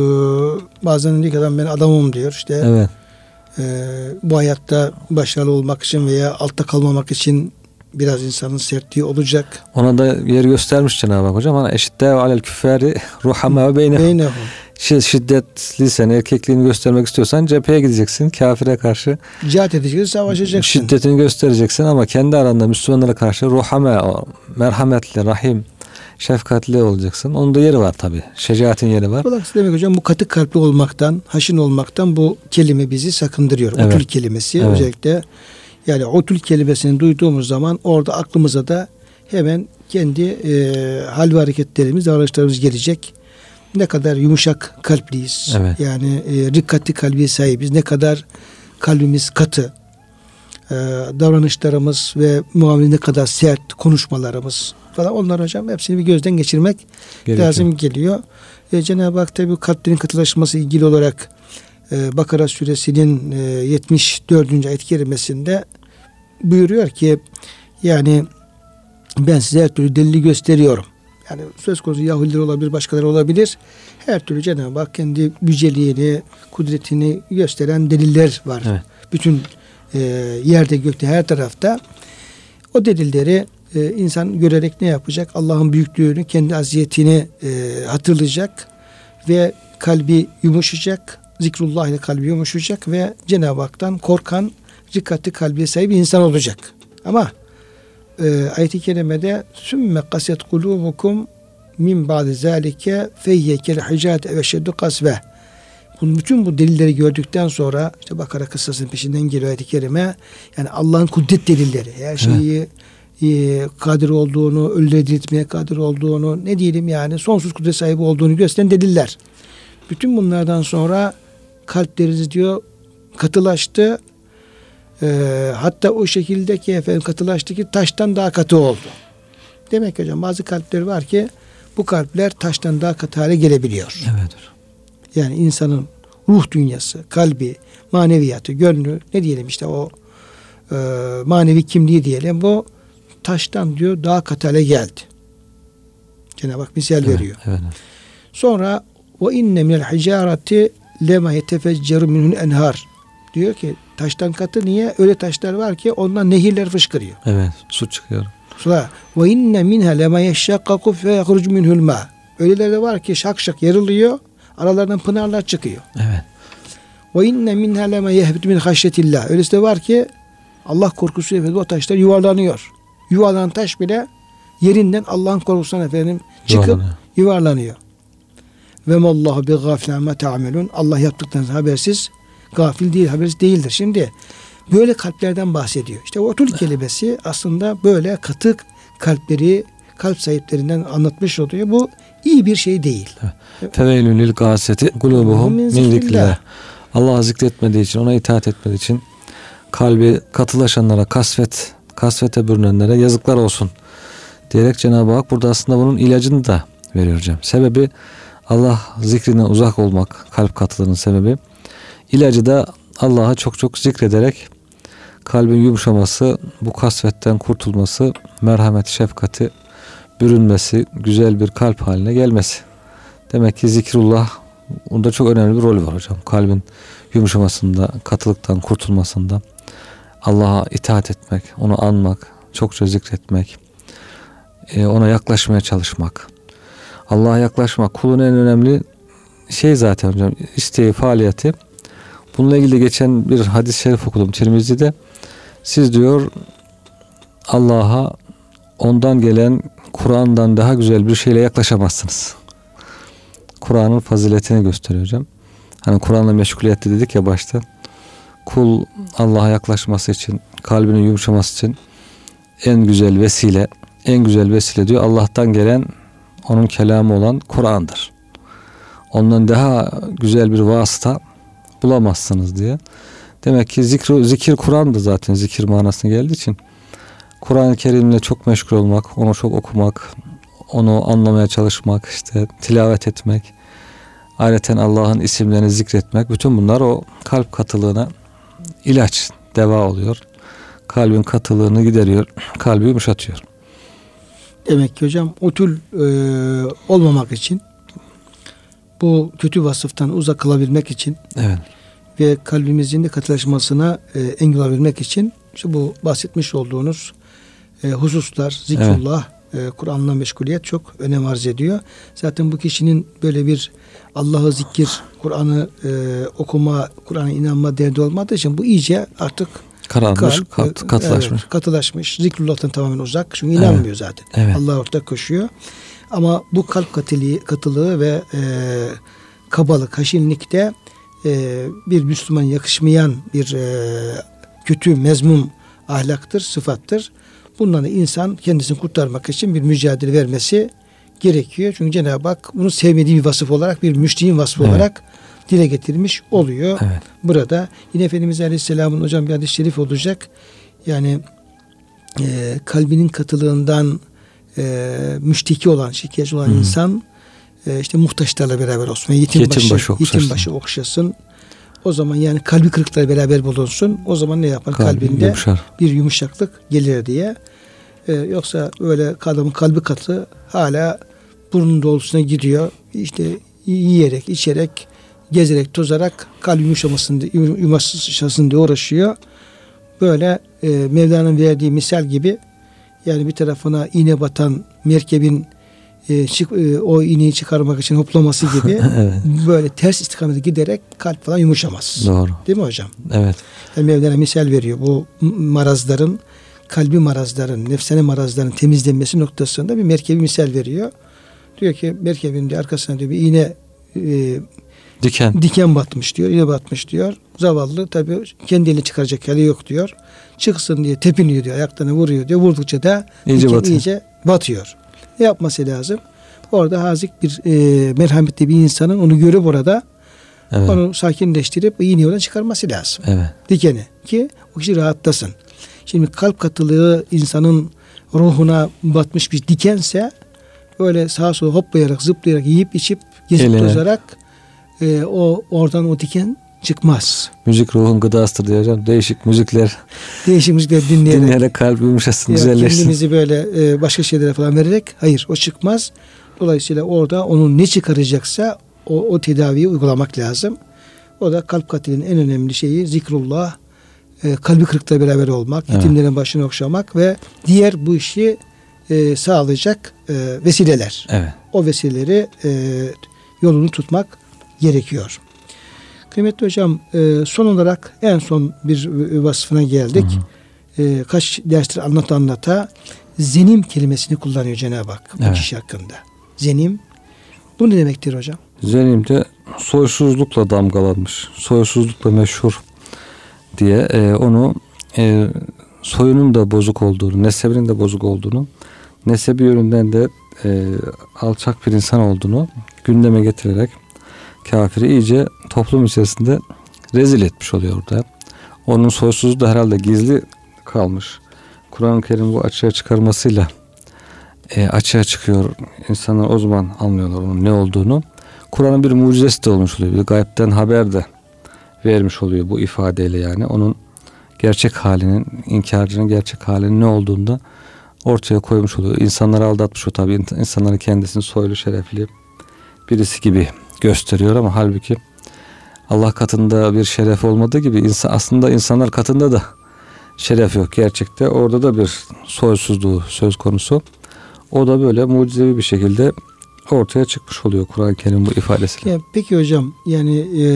bazen diyor ki adam ben adamım diyor. İşte evet. e, bu hayatta başarılı olmak için veya altta kalmamak için biraz insanın sertliği olacak. Ona da yer göstermiş Cenab-ı Hak hocam. Hani eşitte alel küffari ruhama beynehum. Şiddetliysen, erkekliğini göstermek istiyorsan cepheye gideceksin. Kafire karşı cihat edeceksin, savaşacaksın. Şiddetini göstereceksin ama kendi aranda Müslümanlara karşı ruhame, merhametli, rahim, şefkatli olacaksın. Onun da yeri var tabi. Şecaatin yeri var. Demek hocam bu katı kalpli olmaktan, haşin olmaktan bu kelime bizi sakındırıyor. Evet. Otul kelimesi evet. Özellikle yani otul kelimesini duyduğumuz zaman orada aklımıza da hemen kendi e, hal ve hareketlerimiz, davranışlarımız gelecek. Ne kadar yumuşak kalpliyiz. Evet. Yani e, rikkatli kalbiye sahibiz. Ne kadar kalbimiz katı. E, davranışlarımız ve muamele ne kadar sert, konuşmalarımız falan. Onlar hocam hepsini bir gözden geçirmek gerekiyor. Lazım geliyor. E, Cenab-ı Hak tabi kalplerin katılaşması ilgili olarak e, Bakara suresinin e, yetmiş dördüncü ayet-i kerimesinde buyuruyor ki yani ben size her türlü delili gösteriyorum. Yani söz konusu Yahudiler olabilir, başkaları olabilir. Her türlü Cenab-ı Hak kendi yüceliğini, kudretini gösteren deliller var. Evet. Bütün e, yerde, gökte, her tarafta. O delilleri e, insan görerek ne yapacak? Allah'ın büyüklüğünü, kendi aziyetini e, hatırlayacak ve kalbi yumuşayacak. Zikrullah ile kalbi yumuşayacak ve Cenab-ı Hak'tan korkan, rikkatli kalbiye sahip insan olacak. Ama e, ayet-i kerimede sümme kaset kulubukum min ba'de zalike feyye kel hicate ve şeddu kasve. Bunun bütün bu delilleri gördükten sonra işte Bakara kıssasının peşinden geliyor ayet-i kerime. Yani Allah'ın kudret delilleri. Her şeyi e, kadir olduğunu, ölüleri diriltmeye kadir olduğunu, ne diyelim yani sonsuz kudret sahibi olduğunu gösteren deliller. Bütün bunlardan sonra kalpleriniz diyor katılaştı. Ee, hatta o şekildeki efendim katılaştı ki taştan daha katı oldu. Demek ki hocam bazı kalpler var ki bu kalpler taştan daha katı hale gelebiliyor. Evet. Yani insanın ruh dünyası, kalbi, maneviyatı, gönlü, ne diyelim işte o e, manevi kimliği diyelim, bu taştan diyor daha katı hale geldi. Cenab-ı Hak misal Evet, veriyor. evet. Sonra o inne minel hicareti lema yetefecceru minhul enhar. Diyor ki taştan katı niye? Öyle taşlar var ki ondan nehirler fışkırıyor. Evet, su çıkıyor. Sonra ve inne minha lema yeşşakkaku fe yahrucu minhul ma. Öyleleri de var ki şak şak yarılıyor, aralarından pınarlar çıkıyor. Evet. Ve inne minha lema yehbitu min haşyetillah. Öylesi de var ki Allah korkusu efendim o taşlar yuvarlanıyor. Yuvarlanan taş bile yerinden Allah'ın korkusundan efendim çıkıp yuvarlanıyor. yuvarlanıyor. Ve mallahu bi gafil amma ta'melun. Allah yaptıklarınızı habersiz, gafil değil, habersiz değildir. Şimdi böyle kalplerden bahsediyor. İşte otul kelimesi aslında böyle katı kalpleri, kalp sahiplerinden anlatmış oluyor. Bu iyi bir şey değil. Feveylün lil gâseti kulubuhum min zikrillah. Allah'ı zikretmediği için, ona itaat etmediği için kalbi katılaşanlara, kasvet, kasvete bürünenlere yazıklar olsun diyerek Cenab-ı Hak burada aslında bunun ilacını da veriyor hocam. Sebebi Allah zikrinden uzak olmak, kalp katılığının sebebi. İlacı da Allah'a çok çok zikrederek kalbin yumuşaması, bu kasvetten kurtulması, merhamet, şefkati bürünmesi, güzel bir kalp haline gelmesi. Demek ki zikrullah, onda çok önemli bir rol var hocam. Kalbin yumuşamasında, katılıktan kurtulmasında, Allah'a itaat etmek, onu anmak, çokça zikretmek, ona yaklaşmaya çalışmak. Allah'a yaklaşmak kulun en önemli şey zaten hocam, isteği, faaliyeti. Bununla ilgili geçen bir hadis-i şerif okudum Tirmizi'de. Siz diyor Allah'a ondan gelen Kur'an'dan daha güzel bir şeyle yaklaşamazsınız. Kur'an'ın faziletini gösteriyor hocam. Hani Kur'an'la meşguliyette dedik ya başta. Kul Allah'a yaklaşması için, kalbinin yumuşaması için en güzel vesile, en güzel vesile diyor Allah'tan gelen, onun kelamı olan Kur'an'dır. Ondan daha güzel bir vasıta bulamazsınız diye. Demek ki zikir, zikir Kur'an'dı zaten, zikir manasına geldiği için. Kur'an-ı Kerim'le çok meşgul olmak, onu çok okumak, onu anlamaya çalışmak, işte tilavet etmek, ayrıca Allah'ın isimlerini zikretmek, bütün bunlar o kalp katılığına ilaç, deva oluyor. Kalbin katılığını gideriyor, kalbi yumuşatıyor. Demek ki hocam otul e, olmamak için, bu kötü vasıftan uzak kalabilmek için, evet, ve kalbimizin de katılaşmasına e, engel olabilmek için işte bu bahsetmiş olduğunuz e, hususlar, zikrullah, evet, e, Kur'an'la meşguliyet çok önem arz ediyor. Zaten bu kişinin böyle bir Allah'ı zikir, Kur'an'ı e, okuma, Kur'an'a inanma derdi olmadığı için bu iyice artık kararmış, kalp, kat, katılaşmış. Evet, katılaşmış. Zikrullah'tan tamamen uzak. Çünkü inanmıyor, evet, zaten. Evet. Allah ortak koşuyor. Ama bu kalp katılığı, katılığı ve e, kabalık, haşinlikte e, bir Müslüman yakışmayan bir e, kötü, mezmum ahlaktır, sıfattır. Bundan da insan kendisini kurtarmak için bir mücadele vermesi gerekiyor. Çünkü Cenab-ı Hak bunu sevmediği bir vasıf olarak, bir müşriğin vasfı, evet, olarak dile getirmiş oluyor. Evet. Burada yine Efendimiz Aleyhisselam'ın hocam bir hadis-i şerif olacak. Yani e, kalbinin katılığından e, müşteki olan, şikayetçi olan, hmm, insan e, işte muhtaçlarla beraber olsun. Yetim, yetim başı, başı okşasın. Yetim başı okşasın. O zaman yani kalbi kırıklarla beraber bulunsun. O zaman ne yapar? Kalbi kalbinde yumuşar, bir yumuşaklık gelir diye. E, yoksa öyle adamın kalbi katı, hala burnun dolusuna gidiyor. İşte yiyerek, içerek, gezerek, tozarak kalbi yumuşamasın diye, yumuşasın diye uğraşıyor. Böyle e, Mevla'nın verdiği misal gibi, yani bir tarafına iğne batan merkebin e, çık, e, o iğneyi çıkarmak için hoplaması gibi, evet, böyle ters istikamete giderek kalp falan yumuşamaz. Doğru. Değil mi hocam? Evet. Yani Mevlana misal veriyor. Bu marazların, kalbi marazların, nefsane marazların temizlenmesi noktasında bir merkebi misal veriyor. Diyor ki merkebin de arkasına diyor bir iğne e, diken diken batmış diyor, iğne batmış diyor. Zavallı tabii kendi elini çıkaracak hali yok diyor. Çıksın diye tepiniyor diyor, ayaklarına vuruyor diyor. Vurdukça da iyice, diken iyice batıyor. Ne yapması lazım? Orada hazik bir e, merhametli bir insanın onu görüp orada, evet, onu sakinleştirip iğneyi oradan çıkarması lazım. Evet. Dikeni ki O kişi rahatlasın. Şimdi kalp katılığı insanın ruhuna batmış bir dikense öyle sağa sola hoplayarak, zıplayarak, yiyip içip, gezip Eline. tozarak e, o oradan o diken çıkmaz. Müzik ruhun gıdasıdır diyor hocam. Değişik müzikler Değişik müzikler dinleyerek, dinleyerek kalp yumuşasın, ya güzelleşsin. kendimizi böyle e, başka şeylere falan vererek, hayır, o çıkmaz. Dolayısıyla orada onun ne çıkaracaksa o, o tedaviyi uygulamak lazım. O da kalp katilinin en önemli şeyi zikrullah, e, kalbi kırıkla beraber olmak, Evet. yetimlerin başını okşamak ve diğer bu işi e, sağlayacak e, vesileler. Evet. O vesileleri e, yolunu tutmak gerekiyor. Kıymetli hocam, e, son olarak en son bir vasfına geldik. Hı hı. E, kaç derstir anlata anlata zenim kelimesini kullanıyor Cenab-ı Hak bu Evet. kişi hakkında. Zenim, bu ne demektir hocam? Zenim de soysuzlukla damgalanmış, soysuzlukla meşhur diye e, onu e, soyunun da bozuk olduğunu, nesebinin de bozuk olduğunu, nesebi yönünden de e, alçak bir insan olduğunu gündeme getirerek kafiri iyice toplum içerisinde rezil etmiş oluyor orada. Onun soysuzluğu da herhalde gizli kalmış. Kur'an-ı Kerim bu açığa çıkarmasıyla e, açığa çıkıyor. İnsanlar o zaman anlıyorlar onun ne olduğunu. Kur'an'ın bir mucizesi de olmuş oluyor. Bir gaybden haber de vermiş oluyor bu ifadeyle yani. Onun gerçek halinin, inkarcının gerçek halinin ne olduğunu da ortaya koymuş oluyor. İnsanları aldatmış o tabii. İnsanları kendisini soylu, şerefli birisi gibi gösteriyor ama halbuki Allah katında bir şeref olmadığı gibi insan, aslında insanlar katında da şeref yok gerçekte. Orada da bir soysuzluğu söz konusu. O da böyle mucizevi bir şekilde ortaya çıkmış oluyor Kur'an-ı Kerim bu ifadesiyle. Ya, peki hocam, yani e,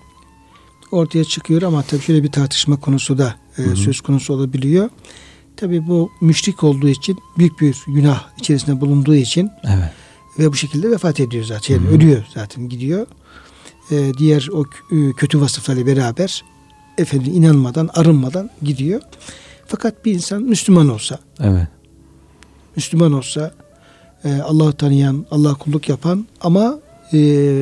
ortaya çıkıyor ama tabii şöyle bir tartışma konusu da e, söz konusu olabiliyor. Tabii bu müşrik olduğu için, büyük bir günah içerisinde bulunduğu için Evet. ve bu şekilde vefat ediyor zaten. Yani Hı-hı. ölüyor zaten, gidiyor. E, diğer o k- kötü vasıflarla beraber efendim inanmadan, arınmadan gidiyor. Fakat bir insan Müslüman olsa, Evet. Müslüman olsa, e, Allah'ı tanıyan, Allah'a kulluk yapan ama e,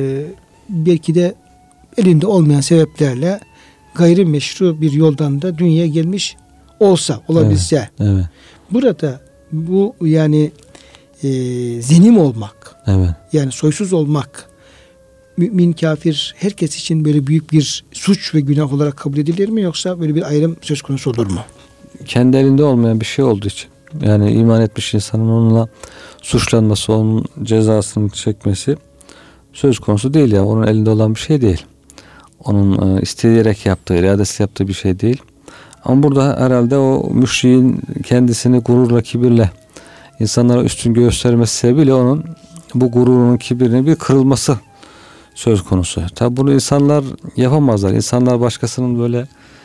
belki de elinde olmayan sebeplerle gayrimeşru bir yoldan da dünyaya gelmiş olsa, olabilse, Evet. Evet. burada bu yani e, zenim olmak, Evet. yani soysuz olmak, mümin, kafir, herkes için böyle büyük bir suç ve günah olarak kabul edilir mi, yoksa böyle bir ayrım söz konusu olur mu? Kendi elinde olmayan bir şey olduğu için, yani iman etmiş insanın onunla suçlanması, onun cezasını çekmesi söz konusu değil ya. Onun elinde olan bir şey değil. Onun e, isteyerek yaptığı, iradesi yaptığı bir şey değil. Ama burada herhalde o müşriğin kendisini gururla, kibirle insanlara üstün göstermesi sebebiyle onun bu gururunun, kibirinin bir kırılması söz konusu. Tabi bunu insanlar yapamazlar. İnsanlar başkasının böyle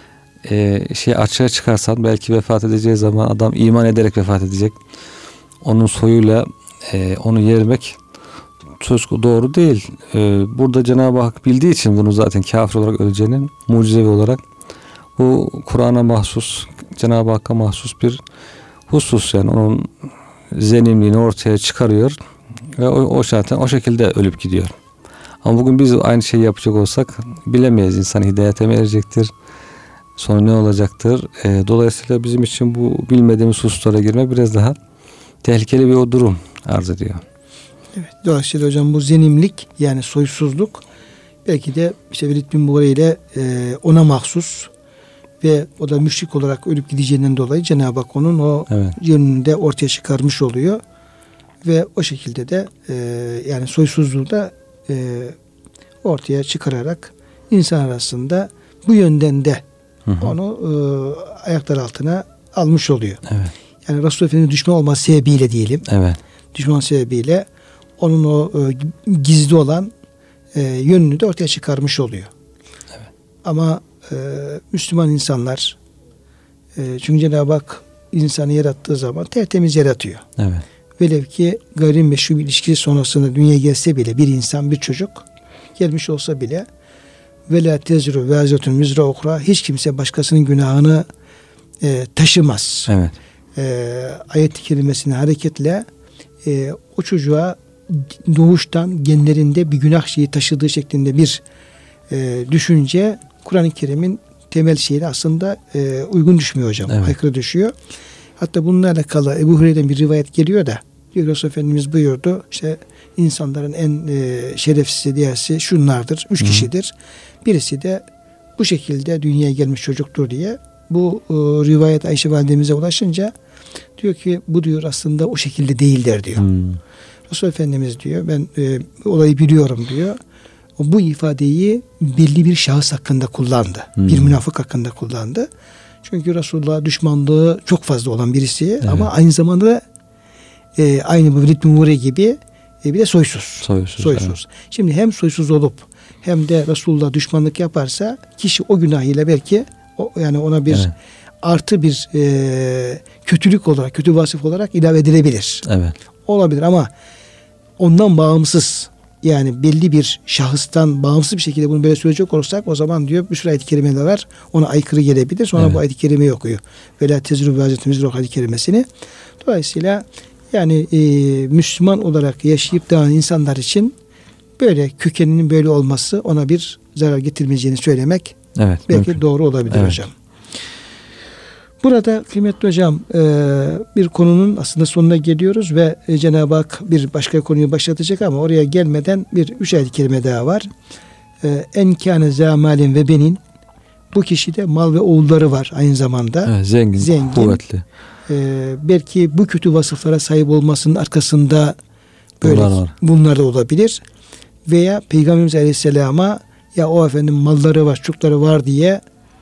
e, şey açığa çıkarsan, belki vefat edeceği zaman adam iman ederek vefat edecek. Onun soyuyla e, onu yermek söz doğru değil. E, burada Cenab-ı Hak bildiği için bunu zaten kafir olarak öleceğinin mucizevi olarak bu Kur'an'a mahsus, Cenab-ı Hakk'a mahsus bir husus, yani onun zenimliğini ortaya çıkarıyor ve o, o zaten o şekilde ölüp gidiyor. Ama bugün biz aynı şeyi yapacak olsak bilemeyiz. İnsan hidayete mi erecektir? Sonra ne olacaktır? E, dolayısıyla bizim için bu bilmediğimiz hususlara girme biraz daha tehlikeli bir o durum arz ediyor. Evet, dolayısıyla hocam bu zenimlik, yani soysuzluk, belki de işte Velid bin Mughire ile e, ona mahsus ve o da müşrik olarak ölüp gideceğinden dolayı Cenab-ı Hak onun o Evet. yönünü de ortaya çıkarmış oluyor ve o şekilde de e, yani soysuzluğu da e, ortaya çıkararak insan arasında bu yönden de Hı hı. onu e, ayaklar altına almış oluyor. Evet. Yani Resulullah Efendimiz düşman olması sebebiyle diyelim. Evet. Düşman sebebiyle onun o e, gizli olan e, yönünü de ortaya çıkarmış oluyor. Evet. Ama e, Müslüman insanlar, e, çünkü Cenab-ı Hak insanı yarattığı zaman tertemiz yaratıyor. Evet. Velev ki gayrimeşru bir ilişki sonrasında dünyaya gelse bile, bir insan, bir çocuk gelmiş olsa bile, ve la tezru vaziratun vizra ukra, hiç kimse başkasının günahını e, taşımaz. Evet. E, ayet-i kerimesine hareketle e, o çocuğa doğuştan genlerinde bir günah şeyi taşıdığı şeklinde bir e, düşünce Kur'an-ı Kerim'in temel şeyle aslında e, uygun düşmüyor hocam. Evet. Aykırı düşüyor. Hatta bununla alakalı Ebu Hureyre'den bir rivayet geliyor da diyor Resulullah Efendimiz buyurdu. İşte insanların en e, şerefsiz diyesi şunlardır. Üç Hı. kişidir. Birisi de bu şekilde dünyaya gelmiş çocuktur diye. Bu e, rivayet Ayşe validemize ulaşınca diyor ki bu diyor aslında o şekilde değildir diyor. Hmm. Resulullah Efendimiz diyor ben e, olayı biliyorum diyor. O bu ifadeyi belli bir şahıs hakkında kullandı. Hmm. Bir münafık hakkında kullandı. Çünkü Resulullah düşmanlığı çok fazla olan birisi evet. ama aynı zamanda e, aynı bu Velid bin Mughire gibi e, bir de soysuz. Soysuz. soysuz. Evet. Şimdi hem soysuz olup hem de Resulullah düşmanlık yaparsa kişi o günahıyla belki o, yani ona bir evet. artı bir e, kötülük olarak, kötü vasıf olarak ilave edilebilir. Evet. Olabilir ama ondan bağımsız yani belli bir şahıstan bağımsız bir şekilde bunu böyle söyleyecek olursak o zaman diyor bir sürü ayet-i kerimeler var. Ona aykırı gelebilir. Sonra evet. bu ayet-i kerimeyi okuyor. Vela tezru vazetimiz yok ayet-i kerimesini. Dolayısıyla yani e, Müslüman olarak yaşayıp devam insanlar için böyle kökeninin böyle olması ona bir zarar getirmeyeceğini söylemek evet, belki mümkün. Doğru olabilir evet. hocam. Burada kıymetli hocam bir konunun aslında sonuna geliyoruz ve Cenab-ı Hak bir başka konuyu başlatacak ama oraya gelmeden bir üç ayet-i kerime daha var. En kâne zâ mâlin ve benin, bu kişide mal ve oğulları var aynı zamanda. Evet, zengin, zengin, kuvvetli. Belki bu kötü vasıflara sahip olmasının arkasında böyle bunlar, var. bunlar da olabilir. Veya Peygamberimiz Aleyhisselam'a ya o efendim malları var, çocukları var diye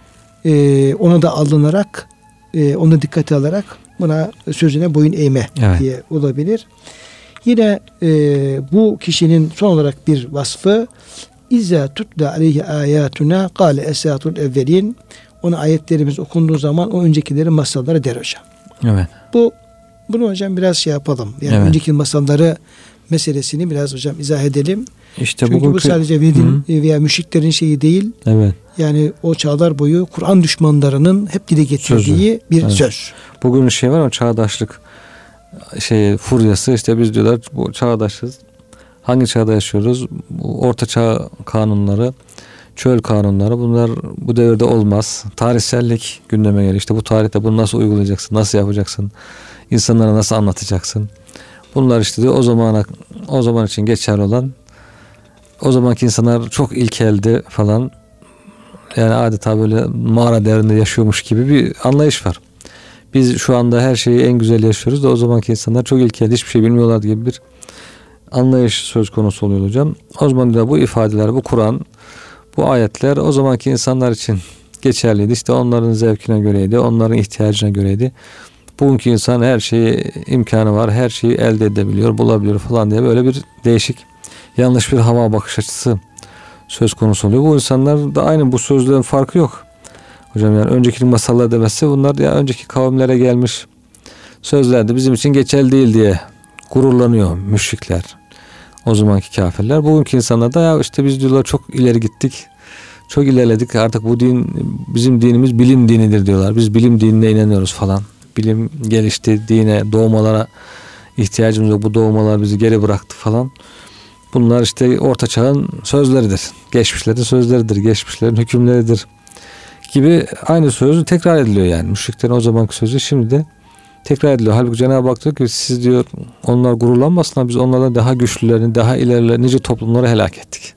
ona da alınarak Ee, onu dikkate alarak buna sözüne boyun eğme evet. diye olabilir. Yine e, bu kişinin son olarak bir vasfı İzâ tutla aleyhi âyâtuna kâle esâtul evvelin, ona ayetlerimiz okunduğu zaman o öncekilerin masalları der hocam. Evet. Bu bunu hocam biraz şey yapalım. Yani evet. önceki masalları meselesini biraz hocam izah edelim. İşte Çünkü bugünkü... bu sadece Velid'in veya müşriklerin şeyi değil. Evet. Yani o çağlar boyu Kur'an düşmanlarının hep dile getirdiği Sözü. bir evet. söz. Bugün şey var, o çağdaşlık şey furyası, işte biz diyorlar bu çağdaşız. Hangi çağda yaşıyoruz? Bu orta çağ kanunları, çöl kanunları, bunlar bu devirde olmaz. Tarihsellik gündeme geliyor. İşte bu tarihte bunu nasıl uygulayacaksın? Nasıl yapacaksın? İnsanlara nasıl anlatacaksın? Bunlar işte diyor, o zamana o zaman için geçerli olan, o zamanki insanlar çok ilkeldi falan. Yani adeta böyle mağara devrinde yaşıyormuş gibi bir anlayış var. Biz şu anda her şeyi en güzel yaşıyoruz da o zamanki insanlar çok ilkeldi, hiçbir şey bilmiyorlar gibi bir anlayış söz konusu oluyor hocam. O zaman da bu ifadeler, bu Kur'an, bu ayetler o zamanki insanlar için geçerliydi. İşte onların zevkine göreydi, onların ihtiyacına göreydi. Bugünkü insan her şeyi imkanı var, her şeyi elde edebiliyor, bulabiliyor falan diye böyle bir değişik, yanlış bir hava bakış açısı söz konusu oluyor. Bu insanlar da aynı, bu sözlerin farkı yok. Hocam yani önceki masallar demesi bunlar ya önceki kavimlere gelmiş sözlerdi, bizim için geçerli değil diye gururlanıyor müşrikler. O zamanki kafirler. Bugünkü insanlar da ya işte biz diyorlar çok ileri gittik. Çok ilerledik. Artık bu din, bizim dinimiz bilim dinidir diyorlar. Biz bilim dinine inanıyoruz falan. Bilim gelişti, dine, doğmalara ihtiyacımız yok. Bu doğmalar bizi geri bıraktı falan. Bunlar işte orta çağın sözleridir. Geçmişlerin sözleridir. Geçmişlerin hükümleridir. Gibi aynı söz tekrar ediliyor yani. Müşriklerin o zamanki sözü şimdi de tekrar ediliyor. Halbuki Cenab-ı Hak diyor ki siz diyor onlar gururlanmasınlar, biz onlardan daha güçlülerini, daha ileriler nice toplumları helak ettik.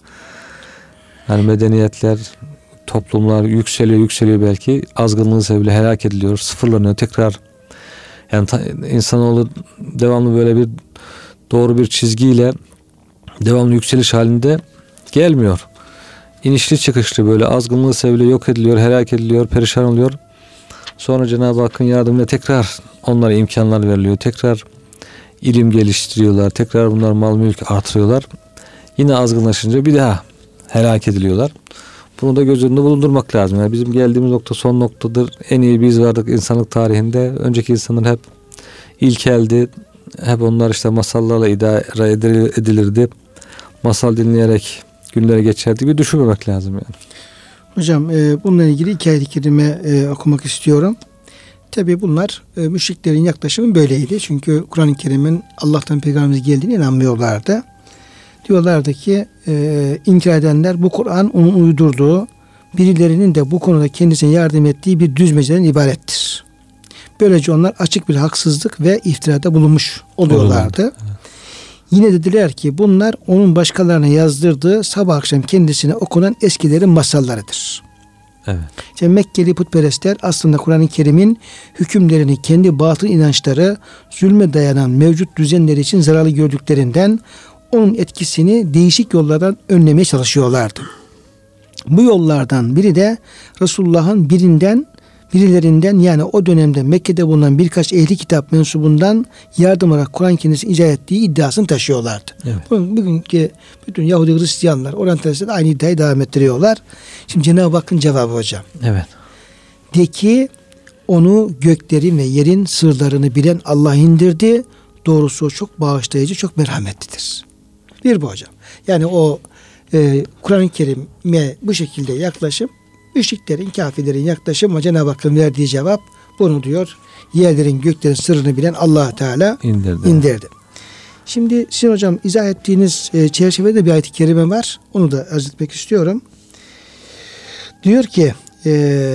Yani medeniyetler, toplumlar yükseliyor yükseliyor belki. Azgınlığı sebebiyle helak ediliyor, sıfırlanıyor tekrar. Yani ta, insanoğlu devamlı böyle bir doğru bir çizgiyle devamlı yükseliş halinde gelmiyor. İnişli çıkışlı böyle azgınlığı sebebiyle yok ediliyor, helak ediliyor, perişan oluyor. Sonra Cenab-ı Hakk'ın yardımıyla tekrar onlara imkanlar veriliyor. Tekrar ilim geliştiriyorlar. Tekrar bunlar mal mülk artırıyorlar. Yine azgınlaşınca bir daha helak ediliyorlar. Bunu da göz önünde bulundurmak lazım. Yani bizim geldiğimiz nokta son noktadır. En iyi biz vardık insanlık tarihinde. Önceki insanlar hep ilkeldi. Hep onlar işte masallarla idare edilirdi. Masal dinleyerek günleri geçerdi. Bir düşünmemek lazım yani. Hocam e, bununla ilgili iki ayet-i kerime e, okumak istiyorum. Tabi bunlar e, müşriklerin yaklaşımı böyleydi. Çünkü Kur'an-ı Kerim'in Allah'tan Peygamberimiz geldiğine inanmıyorlardı. Diyorlardı ki e, inkar edenler bu Kur'an onun uydurduğu, birilerinin de bu konuda kendisine yardım ettiği bir düzmeceden ibarettir. Böylece onlar açık bir haksızlık ve iftirada bulunmuş oluyorlardı. Evet. Yine dediler ki bunlar onun başkalarına yazdırdığı sabah akşam kendisine okunan eskilerin masallarıdır. Evet. İşte Mekkeli putperestler aslında Kur'an-ı Kerim'in hükümlerini kendi batıl inançları, zulme dayanan mevcut düzenleri için zararlı gördüklerinden onun etkisini değişik yollardan önlemeye çalışıyorlardı. Bu yollardan biri de Resulullah'ın birinden birilerinden yani o dönemde Mekke'de bulunan birkaç ehli kitap mensubundan yardım alarak Kur'an kendisini icat ettiği iddiasını taşıyorlardı. Evet. Bugünkü bütün Yahudi Hristiyanlar, oryantalistler aynı iddiayı devam ettiriyorlar. Şimdi Cenab-ı Hakk'ın cevabı hocam. Evet. De ki onu göklerin ve yerin sırlarını bilen Allah indirdi. Doğrusu o çok bağışlayıcı, çok merhametlidir. Bir bu hocam. Yani o e, Kur'an-ı Kerim'e bu şekilde yaklaşım müşriklerin, kafirlerin yaklaşımı Cenab-ı Hakk'ın verdiği cevap bunu diyor. Yerlerin, göklerin sırrını bilen Allah Teala indirdi. indirdi. Şimdi sizin hocam izah ettiğiniz e, çerçevede bir ayet-i kerime var. Onu da arz etmek istiyorum. Diyor ki e,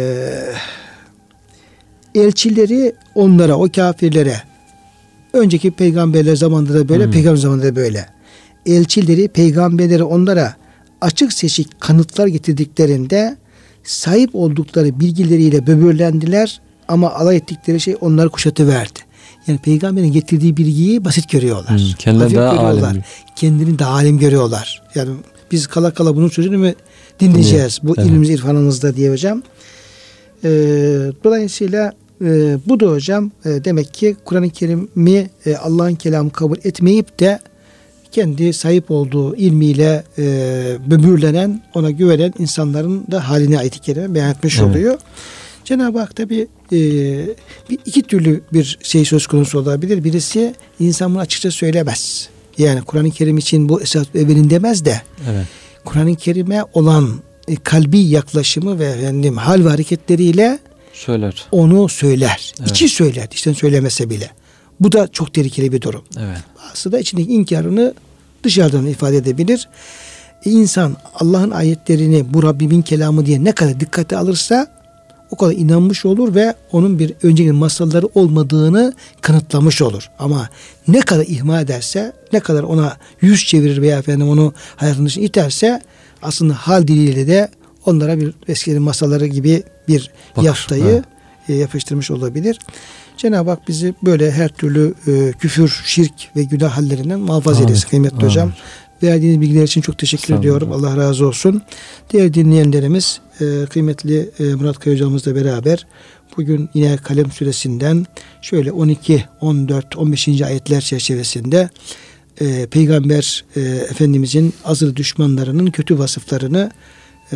elçileri onlara, o kafirlere, önceki peygamberler zamanında da böyle, hmm. peygamber zamanında da böyle. Elçileri, peygamberleri onlara açık seçik kanıtlar getirdiklerinde sahip oldukları bilgileriyle böbürlendiler ama alay ettikleri şey onları kuşatıverdi. Yani peygamberin getirdiği bilgiyi basit görüyorlar. Hmm, kendileri daha alim. Kendini daha alim görüyorlar. Yani biz kala kala bunun sözünü mü dinleyeceğiz? Bu evet. ilmimiz, irfanımızda diye hocam. Ee, dolayısıyla e, bu da hocam e, demek ki Kur'an-ı Kerim'i e, Allah'ın kelamı kabul etmeyip de kendi sahip olduğu ilmiyle e, böbürlenen, ona güvenen insanların da haline ayet-i kerime beyan etmiş evet. oluyor. Cenab-ı Hak tabi e, bir, iki türlü bir şey söz konusu olabilir. Birisi insan bunu açıkça söylemez. Yani Kur'an-ı Kerim için bu esas evvelin demez de evet. Kur'an-ı Kerim'e olan e, kalbi yaklaşımı ve efendim, hal ve hareketleriyle söyler. Onu söyler. Evet. İçi söyler. İçten söylemese bile. Bu da çok tehlikeli bir durum. Evet. Bazısı da içindeki inkarını dışarıdan ifade edebilir. E insan Allah'ın ayetlerini bu Rabbimin kelamı diye ne kadar dikkate alırsa o kadar inanmış olur ve onun bir önceki masalları olmadığını kanıtlamış olur. Ama ne kadar ihmal ederse, ne kadar ona yüz çevirir veya efendim onu hayatının dışına iterse aslında hal diliyle de onlara bir eskilerin masalları gibi bir Bak, yaftayı e, yapıştırmış olabilir. Cenab-ı Hak bizi böyle her türlü e, küfür, şirk ve günah hallerinden muhafaza eylesin kıymetli Amin. Hocam. Verdiğiniz bilgiler için çok teşekkür ediyorum. Allah razı olsun. Diğer dinleyenlerimiz e, kıymetli e, Murat Kaya hocamızla beraber bugün yine Kalem suresinden şöyle on iki, on dört, on beşinci ayetler çerçevesinde e, Peygamber e, Efendimizin azılı düşmanlarının kötü vasıflarını e,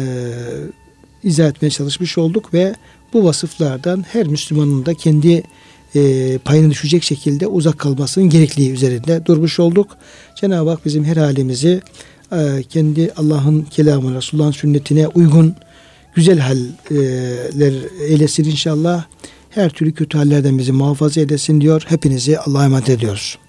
izah etmeye çalışmış olduk ve bu vasıflardan her Müslümanın da kendi e, payını düşecek şekilde uzak kalmasının gerekliliği üzerinde durmuş olduk. Cenab-ı Hak bizim her halimizi e, kendi Allah'ın kelamı, Resulullah'ın sünnetine uygun güzel haller eylesin inşallah. Her türlü kötü hallerden bizi muhafaza edesin diyor. Hepinizi Allah'a emanet ediyoruz.